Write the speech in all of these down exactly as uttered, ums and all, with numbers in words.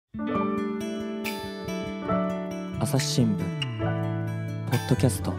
朝日新聞ポッドキャスト。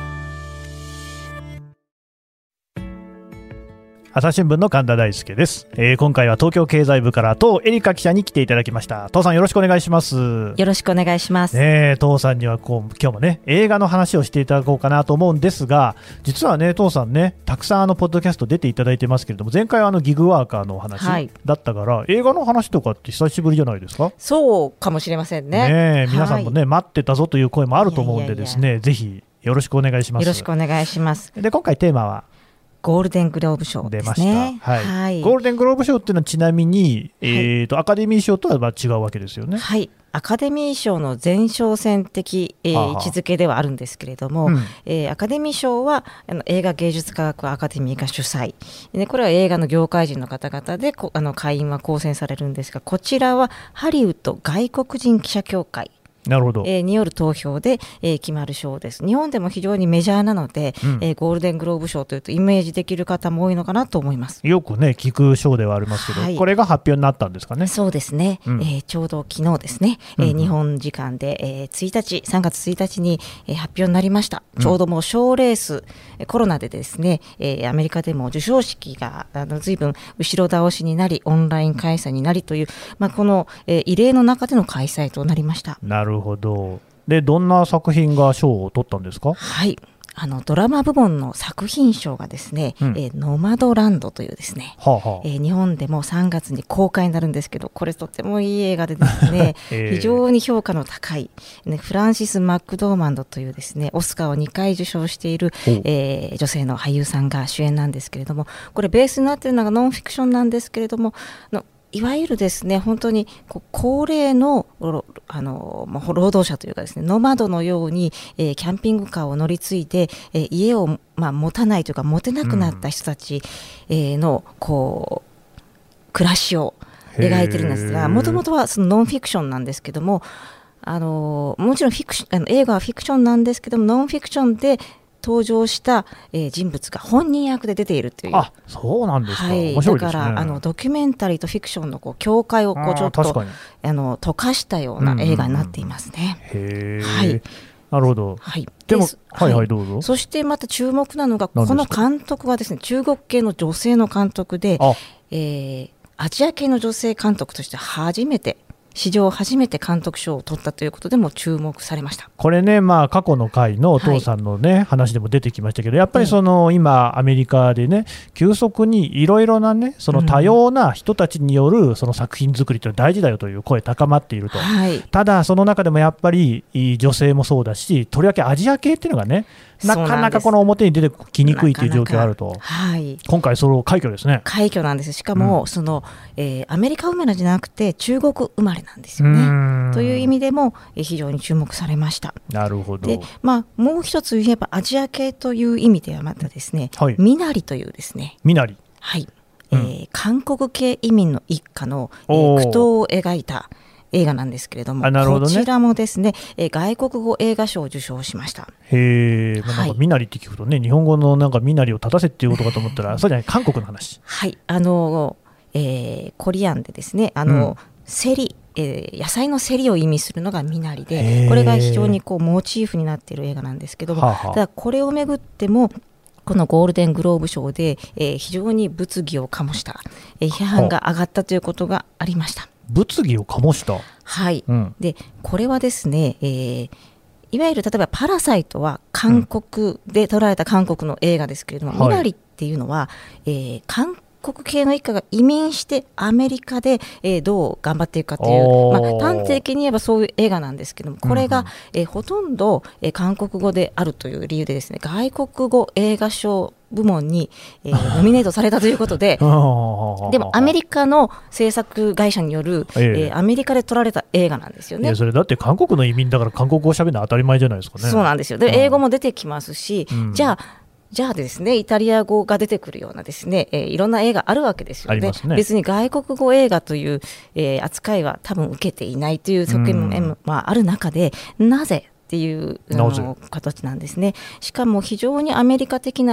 朝日新聞の神田大輔です、えー、今回は東京経済部から東恵梨香記者に来ていただきました。東さん、よろしくお願いします。 よろしくお願いします、 ね、東さんにはこう今日もね映画の話をしていただこうかなと思うんですが、実はね東さんねたくさんあのポッドキャスト出ていただいてますけれども、前回はあのギグワーカーのお話だったから、はい、映画の話とかって久しぶりじゃないですか。 そうかもしれません ね, ね皆さんもね、はい、待ってたぞという声もあると思うんでですね、いやいやいやぜひよろしくお願いします。 よろしくお願いします。 で今回テーマはゴールデングローブ賞ですね。 出ました、はいはい、ゴールデングローブ賞っていうのはちなみに、はいえー、とアカデミー賞とはまあ違うわけですよね。 はい、アカデミー賞の前哨戦的、えー、位置づけではあるんですけれども、うんえー、アカデミー賞はあの映画芸術科学アカデミーが主催で、これは映画の業界人の方々でこあの会員は構成されるんですが、こちらはハリウッド外国人記者協会なるほど、 えー、による投票で、えー、決まる賞です。日本でも非常にメジャーなので、うんえー、ゴールデングローブ賞というとイメージできる方も多いのかなと思います。 よくね聞く賞ではありますけど、はい、これが発表になったんですかね。 そうですね、うんえー、ちょうど昨日ですね、えーうんうん、日本時間で、えー、ついたちさんがつついたちに、えー、発表になりました。ちょうどもう賞レース、うん、コロナでですね、えー、アメリカでも授賞式があの随分後ろ倒しになりオンライン開催になりという、まあ、この、えー、異例の中での開催となりました。 なるほど。でどんな作品が賞を取ったんですか。 はいあのドラマ部門の作品賞がですね、うんえー、ノマドランドというですね、はあはあえー、日本でもさんがつに公開になるんですけど、これとってもいい映画でですね、えー、非常に評価の高い、ね、フランシス・マックドーマンドというですねオスカーをにかい受賞している、えー、女性の俳優さんが主演なんですけれども、これベースになっているのがノンフィクションなんですけれどものいわゆるですね本当にこう高齢のあの、まあ、労働者というかですねノマドのように、えー、キャンピングカーを乗り継いで、えー、家を、まあ、持たないというか持てなくなった人たち、うんえー、のこう暮らしを描いてるんですが、もともとはそのノンフィクションなんですけども、あのもちろんフィクションあの映画はフィクションなんですけども、ノンフィクションで登場した、えー、人物が本人役で出ているという。 あ、そうなんですか、はい、面白いですね。 だからあのドキュメンタリーとフィクションのこう境界をこうちょっとあの溶かしたような映画になっていますね。 うんうんうん、へー、はい、なるほど、 はい、 でもはいはいどうぞ。 そしてまた注目なのがこの監督はですね中国系の女性の監督で、あ、えー、アジア系の女性監督として初めて史上初めて監督賞を取ったということでも注目されました。 これね、まあ、過去の回のお父さんの、ねはい、話でも出てきましたけど、やっぱりその、うん、今アメリカでね急速にいろいろなねその多様な人たちによるその作品作りというのは大事だよという声高まっていると、はい、ただその中でもやっぱり女性もそうだし、とりわけアジア系っていうのがねなかなかこの表に出てきにくいという状況があると。なかなか、はい、今回それを快挙ですね。 快挙なんです。しかも、うんそのえー、アメリカ生まれじゃなくて中国生まれなんですよね。という意味でも、えー、非常に注目されました。 なるほど。 で、まあ、もう一つ言えばアジア系という意味ではまたですね、はい、ミナリというですねミナリ、 はいうんえー、韓国系移民の一家の、えー、苦闘を描いた映画なんですけれども、 ど、ね、 こちらもですね、えー、外国語映画賞を受賞しました。 へー、まあ、なんかミナリって聞くとね、はい、日本語のなんかミナリを立たせっていうことかと思ったらそうじゃない韓国の話。 はいあの、えー、コリアンでですねあの、うん、セリえー、野菜のセリを意味するのがミナリで、これが非常にこうモチーフになっている映画なんですけども、はあはあ、ただこれをめぐってもこのゴールデングローブ賞で、えー、非常に物議を醸した、えー、批判が上がったということがありました。 物議を醸した、 はい、うん、でこれはですね、えーいわゆる例えばパラサイトは韓国で撮られた韓国の映画ですけれども、うん、ミナリっていうのは、えー、韓国系の一家が移民してアメリカで、えー、どう頑張っていくかという、まあ、端的に言えばそういう映画なんですけども、これが、うんえー、ほとんど、えー、韓国語であるという理由でですね、外国語映画賞部門に、えー、ノミネートされたということででもアメリカの制作会社による、えーえー、アメリカで撮られた映画なんですよね。 いやそれだって韓国の移民だから韓国語を喋るのは当たり前じゃないですかね。 そうなんですよ。で英語も出てきますし、うん、じゃあじゃあですねイタリア語が出てくるようなですね、えー、いろんな映画あるわけですよ ね, ね別に外国語映画という、えー、扱いは多分受けていないという側面も、まあ、ある中でなぜっていうの形なんですね。しかも非常にアメリカ的な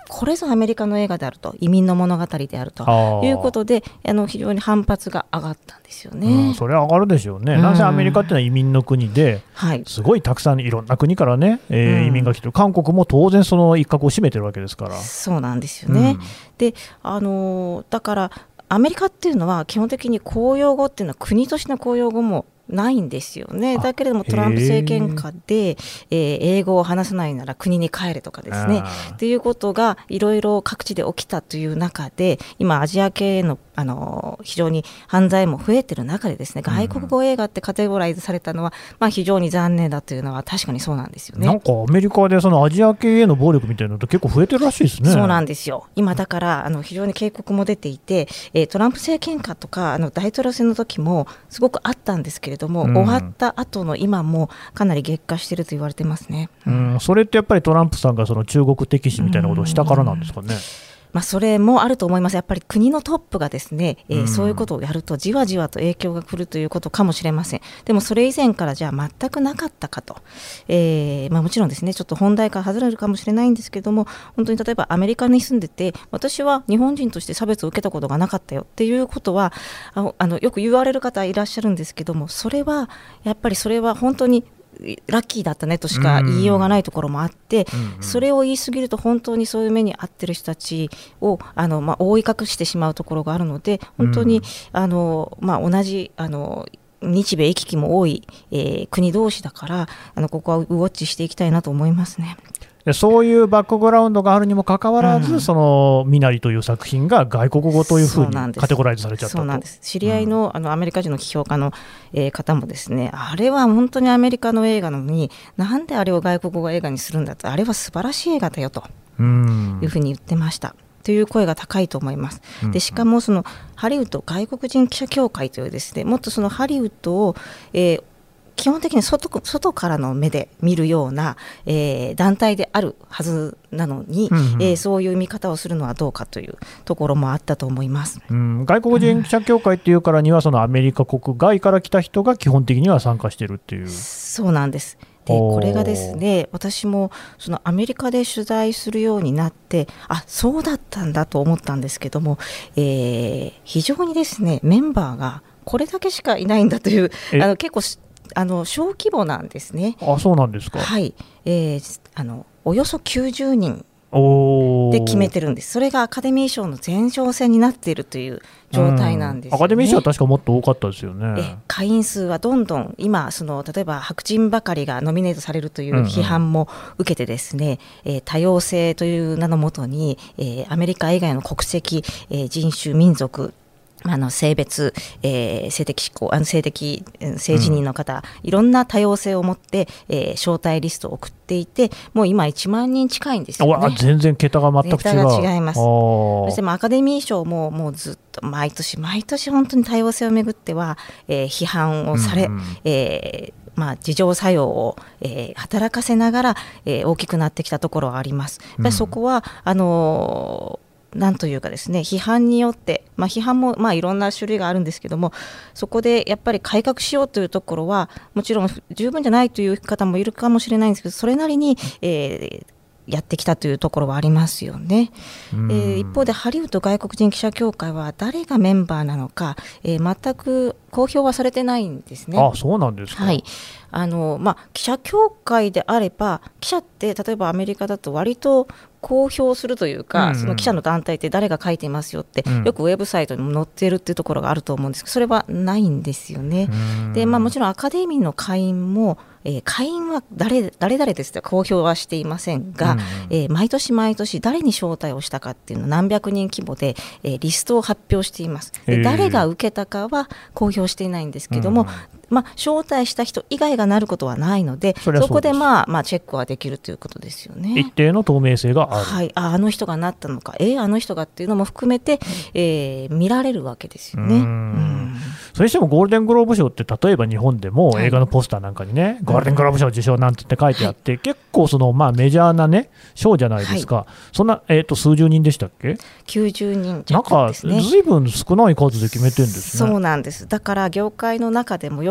これぞアメリカの映画であると、移民の物語であるということで、あの非常に反発が上がったんですよね。 うん、それは上がるでしょうね。なんせアメリカってのは移民の国で、 はい、 すごいたくさんいろんな国からね、えー、移民が来てる。韓国も当然その一角を占めてるわけですから。 そうなんですよね。 うん、 で、あのだからアメリカっていうのは基本的に公用語っていうのは国としての公用語もないんですよね。だけれどもトランプ政権下で、えー、英語を話さないなら国に帰れとかですねということがいろいろ各地で起きたという中で、今アジア系の、あの非常に犯罪も増えている中でですね、外国語映画ってカテゴライズされたのは、まあ、非常に残念だというのは確かにそうなんですよね。 なんかアメリカでそのアジア系への暴力みたいなのって結構増えてるらしいですね。 そうなんですよ。今だからあの非常に警告も出ていて、えー、トランプ政権下とかあの大統領選の時もすごくあったんですけれども、うん、終わった後の今もかなり激化していると言われてますね。 うん、それってやっぱりトランプさんがその中国敵視みたいなことをしたからなんですかね。 まあ、それもあると思います。やっぱり国のトップがですね、えー、そういうことをやるとじわじわと影響が来るということかもしれません。でもそれ以前からじゃあ全くなかったかと、えーまあ、もちろんですねちょっと本題から外れるかもしれないんですけども、本当に例えばアメリカに住んでて私は日本人として差別を受けたことがなかったよっていうことはあのあのよく言われる方いらっしゃるんですけども、それはやっぱりそれは本当にラッキーだったねとしか言いようがないところもあって、うんうん、それを言い過ぎると本当にそういう目に遭ってる人たちをあの、まあ、覆い隠してしまうところがあるので、本当に、うんあのまあ、同じあの日米行き来も多い、えー、国同士だからあのここはウォッチしていきたいなと思いますね。 そういうバックグラウンドがあるにもかかわらず、うん、そのミナリという作品が外国語というふうにカテゴライズされちゃったと。 そうなんです。知り合い の,、うん、あのアメリカ人の批評家の、えー、方もですね、あれは本当にアメリカの映画なのになんであれを外国語映画にするんだと、あれは素晴らしい映画だよというふうに言ってました、という声が高いと思います。でしかもそのハリウッド外国人記者協会というですね、もっとそのハリウッドを、えー基本的に 外, 外からの目で見るような、えー、団体であるはずなのに、うんうんえー、そういう見方をするのはどうかというところもあったと思います、 うん、外国人記者協会っていうからには、そのアメリカ国外から来た人が基本的には参加しているっていう。 そうなんです。でこれがですね、私もそのアメリカで取材するようになって、あそうだったんだと思ったんですけども、えー、非常にですねメンバーがこれだけしかいないんだという、あの結構あの小規模なんですね。 あ、そうなんですか。 はい、えー、あのおよそきゅうじゅうにんで決めてるんです。それがアカデミー賞の前哨戦になっているという状態なんですよね、 うん、アカデミー賞は確かもっと多かったですよね。 え会員数はどんどん今その例えば白人ばかりがノミネートされるという批判も受けてですね、うんうんえー、多様性という名のもとに、えー、アメリカ以外の国籍、えー、人種民族あの性別、えー、性的指向あの性的性自認の方、うん、いろんな多様性を持って、えー、招待リストを送っていて、もう今いちまんにん近いんですよね。 全然桁が全く違う。 桁が違います。そしてもアカデミー賞ももうずっと毎年毎年本当に多様性をめぐっては、えー、批判をされ、うんうんえーまあ、自浄作用を、えー、働かせながら、えー、大きくなってきたところはあります。やっぱりそこは、うん、あのーなんというかですね、批判によって、まあ、批判もまあいろんな種類があるんですけども、そこでやっぱり改革しようというところはもちろん十分じゃないという方もいるかもしれないんですけど、それなりに、えーやってきたというところはありますよね。えー、一方でハリウッド外国人記者協会は誰がメンバーなのか、えー、全く公表はされてないんですね。 あ、そうなんですか。 はい、あのまあ、記者協会であれば、記者って例えばアメリカだと割と公表するというか、うんうん、その記者の団体って誰が書いていますよって、うん、よくウェブサイトにも載っているっていうところがあると思うんですけど、それはないんですよね。で、まあ、もちろんアカデミーの会員もえー、会員は 誰, 誰々ですと公表はしていませんが、うんうんえー、毎年毎年誰に招待をしたかっていうのを何百人規模で、えー、リストを発表しています。で、誰が受けたかは公表していないんですけども、うんまあ、招待した人以外がなることはないので、 そ, そこで、まあまあ、チェックはできるということですよね。 一定の透明性がある、 はい、あ, あの人がなったのか、えー、あの人がっていうのも含めて、えー、見られるわけですよね。うんうんそれにしてもゴールデングローブ賞って例えば日本でも映画のポスターなんかにね、はい、ゴールデングローブ賞受賞なんてって書いてあって、はい、結構そのまあメジャーなね賞じゃないですか、はい、そんな、えー、と数十人でしたっけ。 きゅうじゅうにん弱ですね。 なんかずいぶん少ない数で決めてるんですね。 そうなんです。だから業界の中でもよ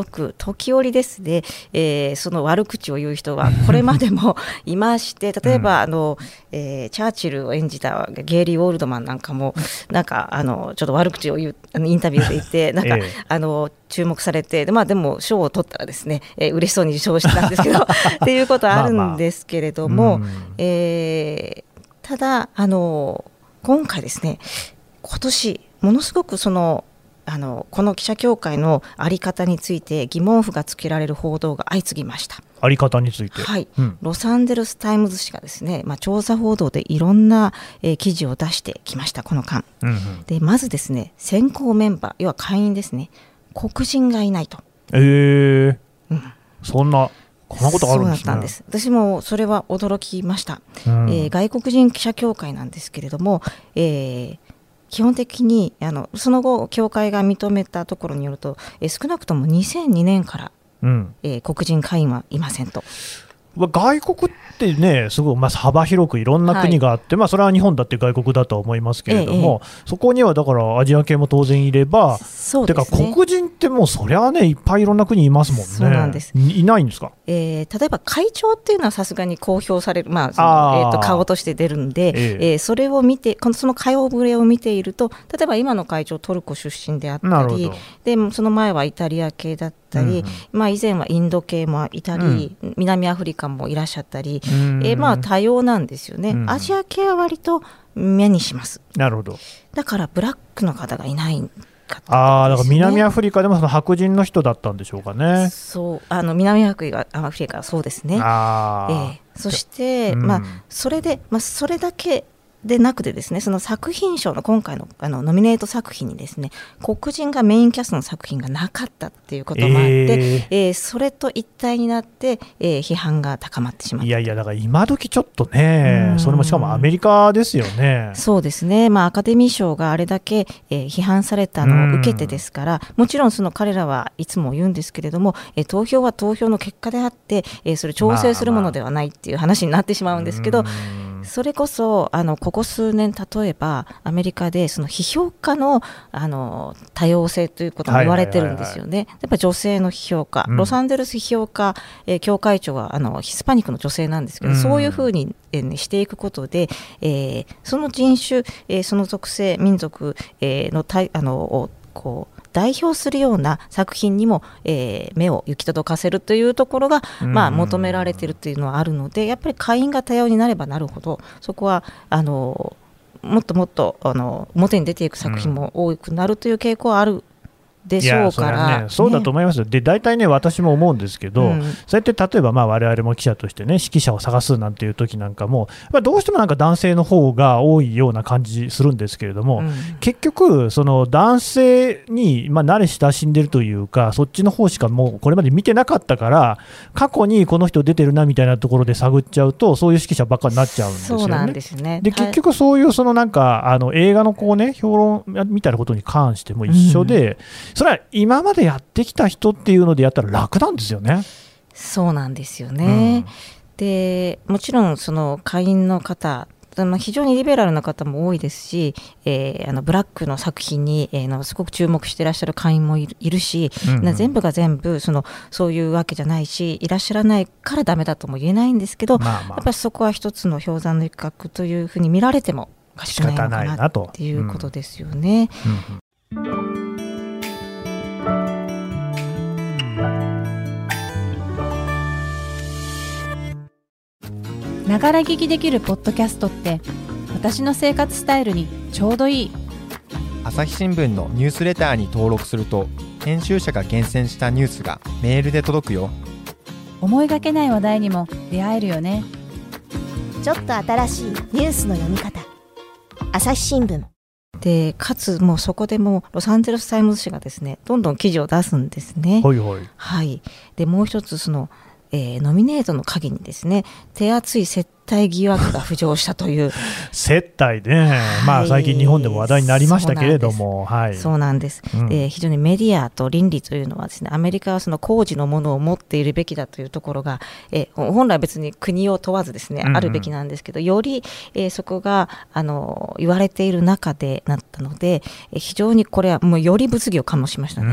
く時折ですね、えー、その悪口を言う人はこれまでもいまして例えば、うん、あのえー、チャーチルを演じたゲイリー・ウォールドマンなんかもなんかあのちょっと悪口を言うあのインタビューで言ってなんか、ええ、あの注目されてで、まあ、でも賞を取ったらですね、えー、嬉しそうに受賞してたんですけどっていうことはあるんですけれども、まあまあ、えー、ただあの今回ですね今年ものすごくそのあのこの記者協会の在り方について疑問符がつけられる報道が相次ぎました。 在り方について、 はい、うん、ロサンゼルスタイムズ紙がですね、まあ、調査報道でいろんな、えー、記事を出してきましたこの間、うんうん、でまずですね選考メンバー要は会員ですね黒人がいないと。 えーうん、そんなこんなことあるんですね。 そうだったんです。私もそれは驚きました、うんえー、外国人記者協会なんですけれども、えー基本的にあのその後協会が認めたところによると、え少なくともにせんにねんから、うんえー、黒人会員はいませんと。 外国ってねすごいまあ幅広くいろんな国があって、はいまあ、それは日本だって外国だとは思いますけれども、ええ、そこにはだからアジア系も当然いればそうです、ね、 てか黒人ってもうそりゃねいっぱいいろんな国いますもんね。 そうなんです。 い, いないんですか、 えー、例えば会長っていうのはさすがに公表される、まあそのえー、と顔として出るんで、えええー、それを見てこのその顔ぶれを見ていると例えば今の会長トルコ出身であったりでその前はイタリア系だったり、うんまあ、以前はインド系もいたり、うん、南アフリカもいらっしゃったり、えー、まあ多様なんですよね、うん、アジア系は割と目にします。 なるほど。 だからブラックの方がいないんかったんですね。 あだから南アフリカでもその白人の人だったんでしょうかね。 そうあの南アフリカアフリカはそうですね。あ、えー、そして、うんまあ、それで、まあ、それだけでなくてですねその作品賞の今回 の, あのノミネート作品にですね黒人がメインキャストの作品がなかったっていうこともあって、えーえー、それと一体になって、えー、批判が高まってしまった。 いやいやだから今時ちょっとねそれもしかもアメリカですよね。 そうですね、まあ、アカデミー賞があれだけ、えー、批判されたのを受けてですからもちろんその彼らはいつも言うんですけれども、えー、投票は投票の結果であって、えー、それ調整するものではないっていう話になってしまうんですけど、まあまあそれこそあのここ数年例えばアメリカでその批評家 の, あの多様性ということも言われてるんですよね。やっぱ女性の批評家、うん、ロサンゼルス批評家、えー、協会長はあのヒスパニックの女性なんですけど、うん、そういうふうに、えー、していくことで、えー、その人種、えー、その属性民族、えー、のたあのをこう代表するような作品にも、えー、目を行き届かせるというところが、まあ、求められているというのはあるのでやっぱり会員が多様になればなるほどそこはあのもっともっとあの表に出ていく作品も多くなるという傾向はあるでしょうから、 いや そ, ね、そうだと思いますよ。で大体ね私も思うんですけど、うん、そうやって例えばまあ我々も記者としてね指揮者を探すなんていう時なんかもどうしてもなんか男性の方が多いような感じするんですけれども、うん、結局その男性にまあ慣れ親しんでるというかそっちの方しかもうこれまで見てなかったから過去にこの人出てるなみたいなところで探っちゃうとそういう指揮者ばっかりになっちゃうんですよね。 そうなんですね。 で結局そういうそのなんかあの映画のこうね評論みたいなことに関しても一緒で、うんそれは今までやってきた人っていうのでやったら楽なんですよね。 そうなんですよね、うん、でもちろんその会員の方非常にリベラルな方も多いですし、えー、あのブラックの作品に、えー、のすごく注目していらっしゃる会員もい る, いるし、うんうん、全部が全部 そのそういうわけじゃないしいらっしゃらないからダメだとも言えないんですけど、まあまあ、やっぱりそこは一つの氷山の一角というふうに見られてもおかしくないのかなっていうことですよね。 ながら聞きできるポッドキャストって私の生活スタイルにちょうどいい。 朝日新聞のニュースレターに登録すると編集者が厳選したニュースがメールで届くよ。 思いがけない話題にも出会えるよね。 ちょっと新しいニュースの読み方朝日新聞でかつもうそこでもロサンゼルスタイムズ紙がですねどんどん記事を出すんですね。 はいはい、 はい、でもう一つそのえー、ノミネートの陰にですね手厚い接待疑惑が浮上したという接待ね、はい、まあ、最近日本でも話題になりましたけれども、 そうなんです、はい、うん、えー、非常にメディアと倫理というのはですねアメリカはその公示のものを持っているべきだというところが、えー、本来別に国を問わずですね、うんうん、あるべきなんですけど、より、えー、そこがあの言われている中でなったので、えー、非常にこれはもうより物議を醸しましたね。 うん、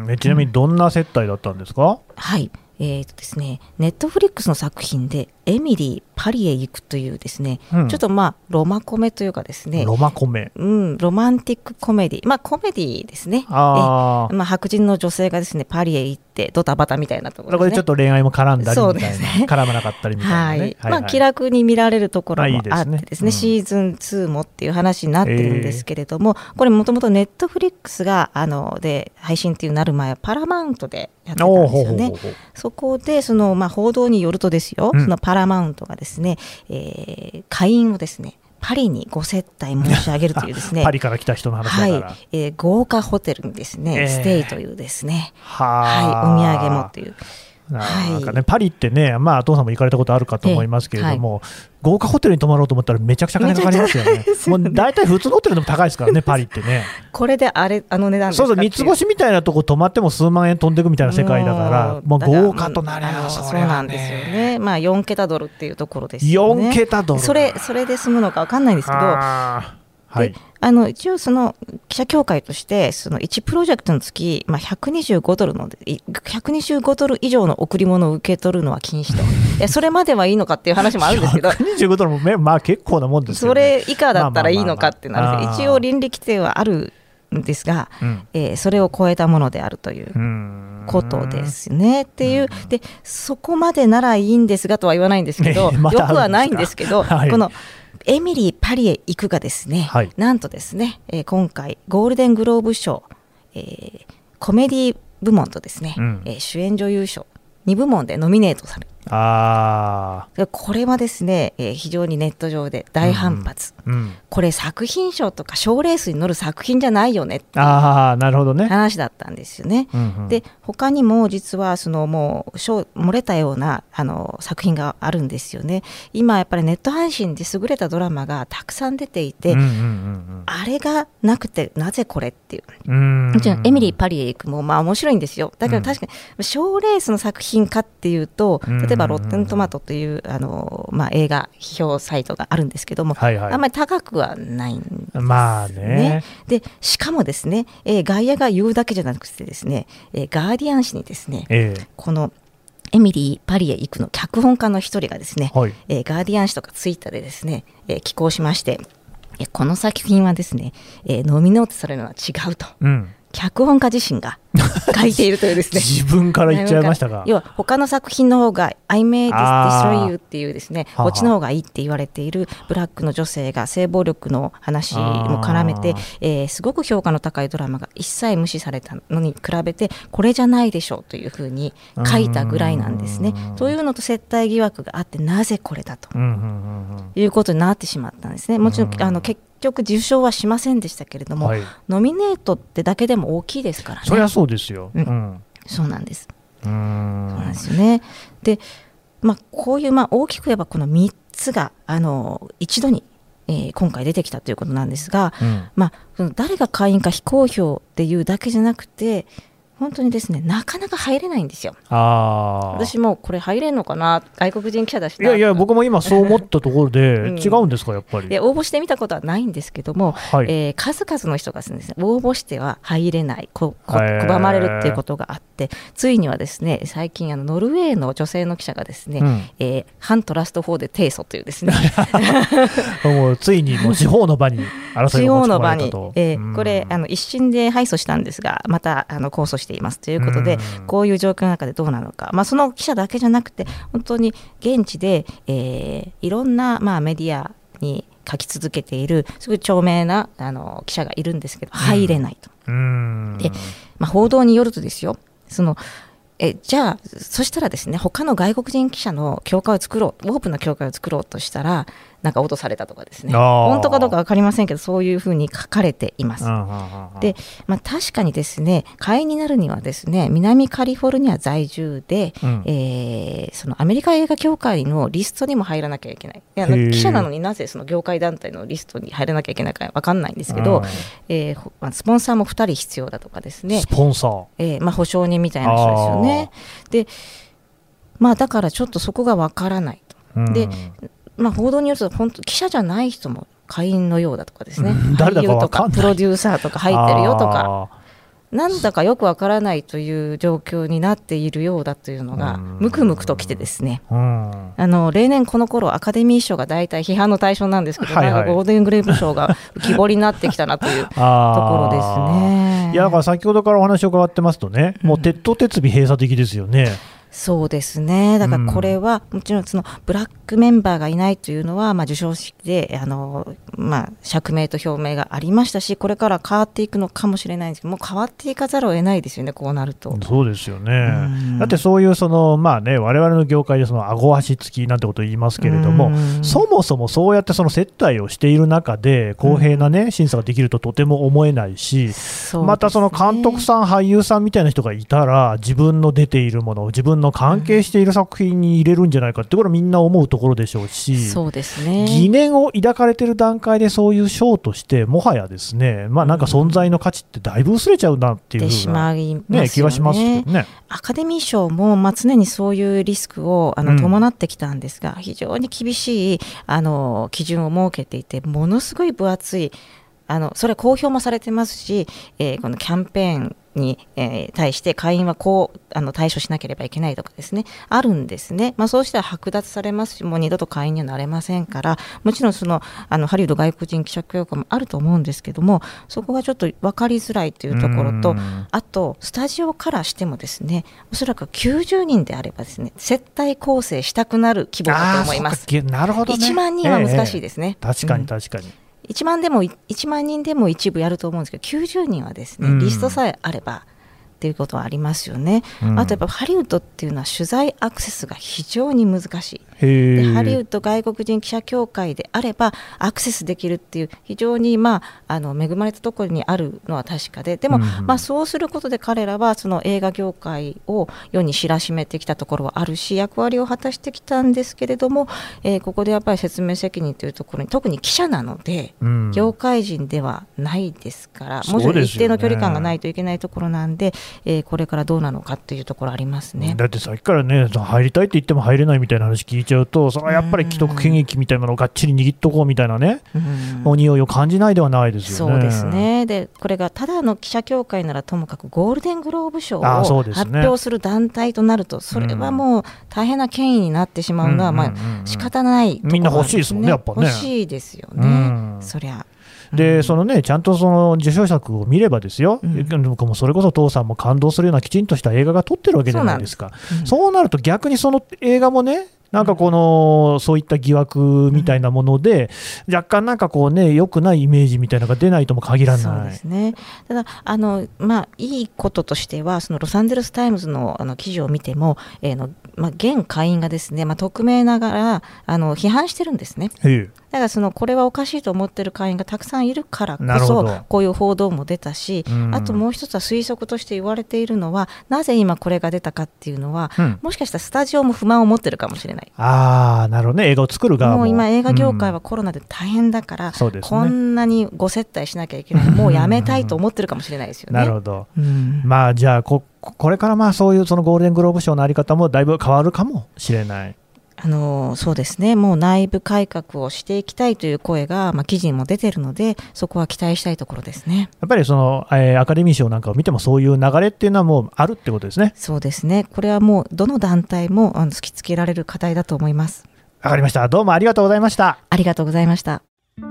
えちなみにどんな接待だったんですか？うん、 はい、えーとですね、ネットフリックスの作品でエミリー・パリへ行くというですね、うん、ちょっとまあロマコメというかですね、 ロマコメ、 うん、ロマンティックコメディ、まあコメディですね。 あ、 まあ、白人の女性がですねパリへ行ってドタバタみたいなところですね。 これちょっと恋愛も絡んだりみたいな、 そうですね、 絡まなかったりみたいな、ね、 はい、 はいはい、 まあ、気楽に見られるところもあってですね、 いいですね、うん、 シーズンツーもっていう話になってるんですけれども、えー、これもともとネットフリックスがあので配信っていうなる前はパラマウントでやってたんですよね。そこでその、まあ、報道によるとですよ、うん、そのパラマウントがですね、えー、会員をですねパリにご接待申し上げるというですねパリから来た人の話だから、 はい、えー、豪華ホテルにですね、えー、ステイというですね、 は、 はい、お土産もという、 なんかね、はい、パリってね、まあ、お父さんも行かれたことあるかと思いますけれども、はい、豪華ホテルに泊まろうと思ったらめちゃくちゃ金かかりますよね。もう大体普通のホテルでも高いですからねパリってね。これであれあの値段ですか？そうそう、三つ星みたいなとこ泊まっても数万円飛んでいくみたいな世界だからもう豪華となりゃそれはね、そうなんですよね。まあよん桁ドルっていうところですよね。よん桁ドル、それそれで済むのか分かんないんですけど、はい、あの一応その記者協会としてそのいちプロジェクトにつき、まあ、ひゃくにじゅうごドルのひゃくにじゅうごドル以上の贈り物を受け取るのは禁止と。いやそれまではいいのかっていう話もあるんですけどひゃくにじゅうごドルも、まあ、結構なもんですよね。それ以下だったらいいのかってなる、まあまあまあ、一応倫理規定はあるんですが、うん、えー、それを超えたものであるということですねっていう。でそこまでならいいんですがとは言わないんですけど、ま、よくはないんですけど、はい、このエミリー・パリへ行くがですね、はい、なんとですね、えー、今回ゴールデングローブ賞、えー、コメディ部門とですね、うん、えー、主演女優賞に部門でノミネートされる。あこれはですね、えー、非常にネット上で大反発、うんうん、これ作品賞とか賞レースに乗る作品じゃないよねっていう話だったんですよね。うんうん、で他にも実はそのもう賞漏れたようなあの作品があるんですよね。今やっぱりネット配信で優れたドラマがたくさん出ていて、うんうんうんうん、あれがなくてなぜこれっていう、うん、もちろんエミリー・パリへ行くもまあ面白いんですよ。だけど確かに賞レースの作品かっていうと、例えばロッテントマトというあの、まあ、映画批評サイトがあるんですけども、はいはい、あんまり高くはないんですね。まあね、でしかもですね、えー、外野が言うだけじゃなくてですね、えー、ガーディアン紙にですね、えー、このエミリー・パリへ行くの脚本家の一人がですね、はい、えー、ガーディアン紙とかツイッターでですね、えー、寄稿しまして、えー、この作品はですね、えー、ノミネートされるのは違うと、うん、脚本家自身が書いているというですね自分から言っちゃいましたが、要は他の作品の方が I may destroy you っていうですね、こっちの方がいいって言われているブラックの女性が性暴力の話も絡めて、えー、すごく評価の高いドラマが一切無視されたのに比べてこれじゃないでしょうというふうに書いたぐらいなんですね。というのと接待疑惑があって、なぜこれだということになってしまったんですね。もちろんあの結結局受賞はしませんでしたけれども、はい、ノミネートってだけでも大きいですからね。そりゃそうですよ、うんうん、そうなんです。うーん、そうなんですよね。で、まあ、こういう、まあ、大きく言えばこのみっつがあの一度に、えー、今回出てきたということなんですが、うん、まあ、その誰が会員か非公表っていうだけじゃなくて、本当にですね、なかなか入れないんですよ。あ、私もこれ入れんのかな、外国人記者だしな。いやいや、僕も今そう思ったところで、うん、違うんですか、やっぱり。で応募してみたことはないんですけども、はい、えー、数々の人がですね、応募しては入れない、ここ拒まれるっていうことがあって、ついにはですね、最近あのノルウェーの女性の記者がですね、うん、えー、反トラスト法で提訴というですねもうついにもう司法の場に争いを持ち込まれたと。えー、これあの一審で敗訴したんですが、またあの控訴していますということで、こういう状況の中でどうなのか、まあ、その記者だけじゃなくて本当に現地で、えー、いろんな、まあ、メディアに書き続けているすごい著名なあの記者がいるんですけど、入れないと。うん、で、まあ、報道によるとですよ、そのえじゃあそしたらですね、他の外国人記者の協会を作ろう、オープンな協会を作ろうとしたら、 なんか落とされたとかですね、本当かどうか分かりませんけどそういうふうに書かれています。で、まあ、確かにですね会員になるにはですね南カリフォルニア在住で、うん、えー、そのアメリカ映画協会のリストにも入らなきゃいけない。いや記者なのになぜその業界団体のリストに入らなきゃいけないか分かんないんですけど、えー、スポンサーもふたり必要だとかですね、 スポンサー、 えーまあ、保証人みたいな人ですよね。で、まあ、だからちょっとそこが分からないと。うん、で、まあ、報道によると本当記者じゃない人も会員のようだとかですね、俳優とかプロデューサーとか入ってるよとか、なんだかよくわからないという状況になっているようだというのがムクムクときてですね、うん、あの例年この頃アカデミー賞が大体批判の対象なんですけど、はいはい、なんかゴールデングレープ賞が浮き彫りになってきたなというところですね。 いやだから先ほどからお話を伺ってますとね、もう鉄頭鉄尾閉鎖的ですよね。 そうですね。だからこれはもちろんそのブラックメンバーがいないというのは、まあ、授賞式であの、まあ、釈明と表明がありましたし、これから変わっていくのかもしれないんですけど、もう変わっていかざるを得ないですよね、こうなると。 そうですよね。だってそういうその、まあね、我々の業界でその顎足付きなんてことを言いますけれども、そもそもそうやってその接待をしている中で公平な、ね、審査ができるととても思えないし、ね、またその監督さん俳優さんみたいな人がいたら自分の出ているものを自分の関係している作品に入れるんじゃないかってこれはみんな思うところでしょうし、 そうですね、 疑念を抱かれている段階でそういう賞としてもはやですね、まあ、なんか存在の価値ってだいぶ薄れちゃうなっていう風な、ね、気がしますけどね。 アカデミー賞も、まあ、常にそういうリスクをあの伴ってきたんですが、うん、非常に厳しいあの基準を設けていて、ものすごい分厚いあのそれは公表もされてますし、えー、このキャンペーンに、えー、対して会員はこうあの対処しなければいけないとかですね、あるんですね。まあ、そうしたら剥奪されますし、もう二度と会員にはなれませんから、もちろんそのあのハリウッド外国人記者協会もあると思うんですけども、そこがちょっと分かりづらいというところと、あとスタジオからしてもですね、おそらくきゅうじゅうにんであればですね、接待構成したくなる規模だと思います。 なるほどね、 いちまんにんは難しいですね、 えー、確かに確かに、うん、 いちまんでもいちまんにんでも一部やると思うんですけど、きゅうじゅうにんはですね、リストさえあればっていうことはありますよね、うん、あとやっぱハリウッドっていうのは取材アクセスが非常に難しい。でハリウッド外国人記者協会であればアクセスできるっていう非常に、まあ、あの恵まれたところにあるのは確かで、でも、うんまあ、そうすることで彼らはその映画業界を世に知らしめてきたところはあるし、役割を果たしてきたんですけれども、えー、ここでやっぱり説明責任というところに、特に記者なので、うん、業界人ではないですから、もちろん一定の距離感がないといけないところなんで、えー、これからどうなのかというところありますね。 だってさっきからね、入りたいって言っても入れないみたいな話聞いちゃうと、それはやっぱり既得権益みたいなのをがっちり握っとこうみたいなね、お匂いを感じないではないですよね。 そうですね。でこれがただの記者協会ならともかくゴールデングローブ賞を発表する団体となると、それはもう大変な権威になってしまうのはまあ仕方ないところなんですね。 みんな欲しいですもんね、やっぱね。 欲しいですよね、そりゃ。 でそのね、ちゃんとその受賞作を見ればですよ、うん、僕もそれこそ父さんも感動するようなきちんとした映画が撮ってるわけじゃないですか。そうなんです、うん、そうなると逆にその映画もね、なんかこのそういった疑惑みたいなもので、うん、若干なんかこうね、良くないイメージみたいなのが出ないとも限らない。 そうですね。ただあの、まあ、いいこととしては、そのロサンゼルスタイムズ の, あの記事を見ても、えーのまあ、現会員がですね、まあ、匿名ながらあの批判してるんですね。だからそのこれはおかしいと思ってる会員がたくさんいるからこそこういう報道も出たし、あともう一つは推測として言われているのは、なぜ今これが出たかっていうのは、うん、もしかしたらスタジオも不満を持ってるかもしれない。 あー、なるほどね。映画を作る側ももう今映画業界はコロナで大変だから、うんね、こんなにご接待しなきゃいけない、もうやめたいと思ってるかもしれないですよね。 なるほど、うん、まあじゃあ こ, これからまあそういうそのゴールデングローブ賞のあり方もだいぶ変わるかもしれない。 あのそうですね、もう内部改革をしていきたいという声が、まあ、記事にも出ているので、そこは期待したいところですね。 やっぱりその、えー、アカデミー賞なんかを見てもそういう流れっていうのはもうあるってことですね。 そうですね、これはもうどの団体もあの突きつけられる課題だと思います。 わかりました。どうもありがとうございました。 ありがとうございました。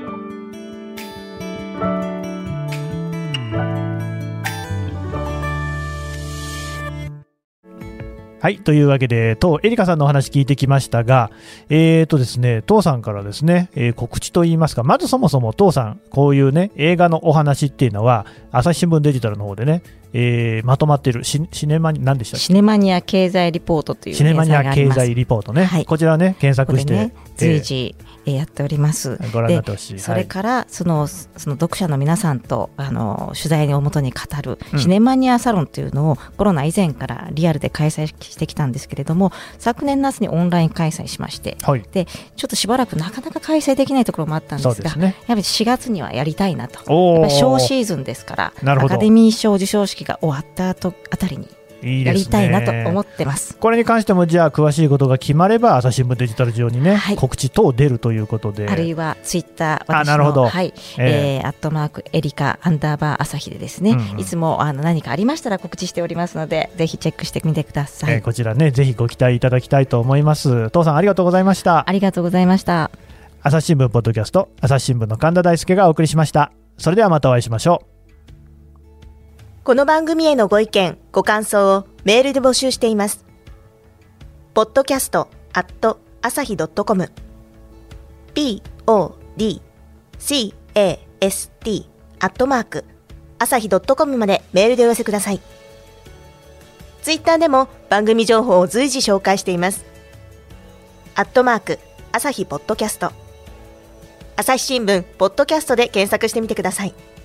はい、というわけで当エリカさんのお話聞いてきましたが、えーとですね、当さんからですね、えー、告知といいますか、まずそもそも当さんこういうね映画のお話っていうのは朝日新聞デジタルの方でね、 えー、まとまっているシネマニ何でしたっけシネマニア経済リポートというシネマニア経済リポートね、はい、こちらね検索して、 ね、随時、えーやっております。 ご覧になってほしい。 それからその、その読者の皆さんとあの取材をもとに語るシネマニアサロンというのを、うん、コロナ以前からリアルで開催してきたんですけれども、昨年夏にオンライン開催しまして、はい、でちょっとしばらくなかなか開催できないところもあったんですが、す、ね、やはりしがつにはやりたいなと。やっぱり小シーズンですからアカデミー賞授賞式が終わった後あたりにいいやりたいなと思ってます。 これに関してもじゃあ詳しいことが決まれば朝日新聞デジタル上にね、はい、告知等出るということで、 あるいはツイッター私のあなるほど、 はいえー、アットマークエリカアンダーバー朝日でですね、うんうん、いつもあの何かありましたら告知しておりますのでぜひチェックしてみてください、 えー、こちらねぜひご期待いただきたいと思います。父さんありがとうございました。 ありがとうございました。 朝日新聞ポッドキャスト朝日新聞の神田大輔がお送りしました。それではまたお会いしましょう。 この番組へのご意見、ご感想をメールで募集しています。ポッドキャストアットアサヒドットコム ピーオーディーキャスト アットマークアサヒドットコムまでメールでお寄せください。ツイッターでも番組情報を随時紹介しています。アットマークアサヒポッドキャスト、朝日新聞ポッドキャストで検索してみてください。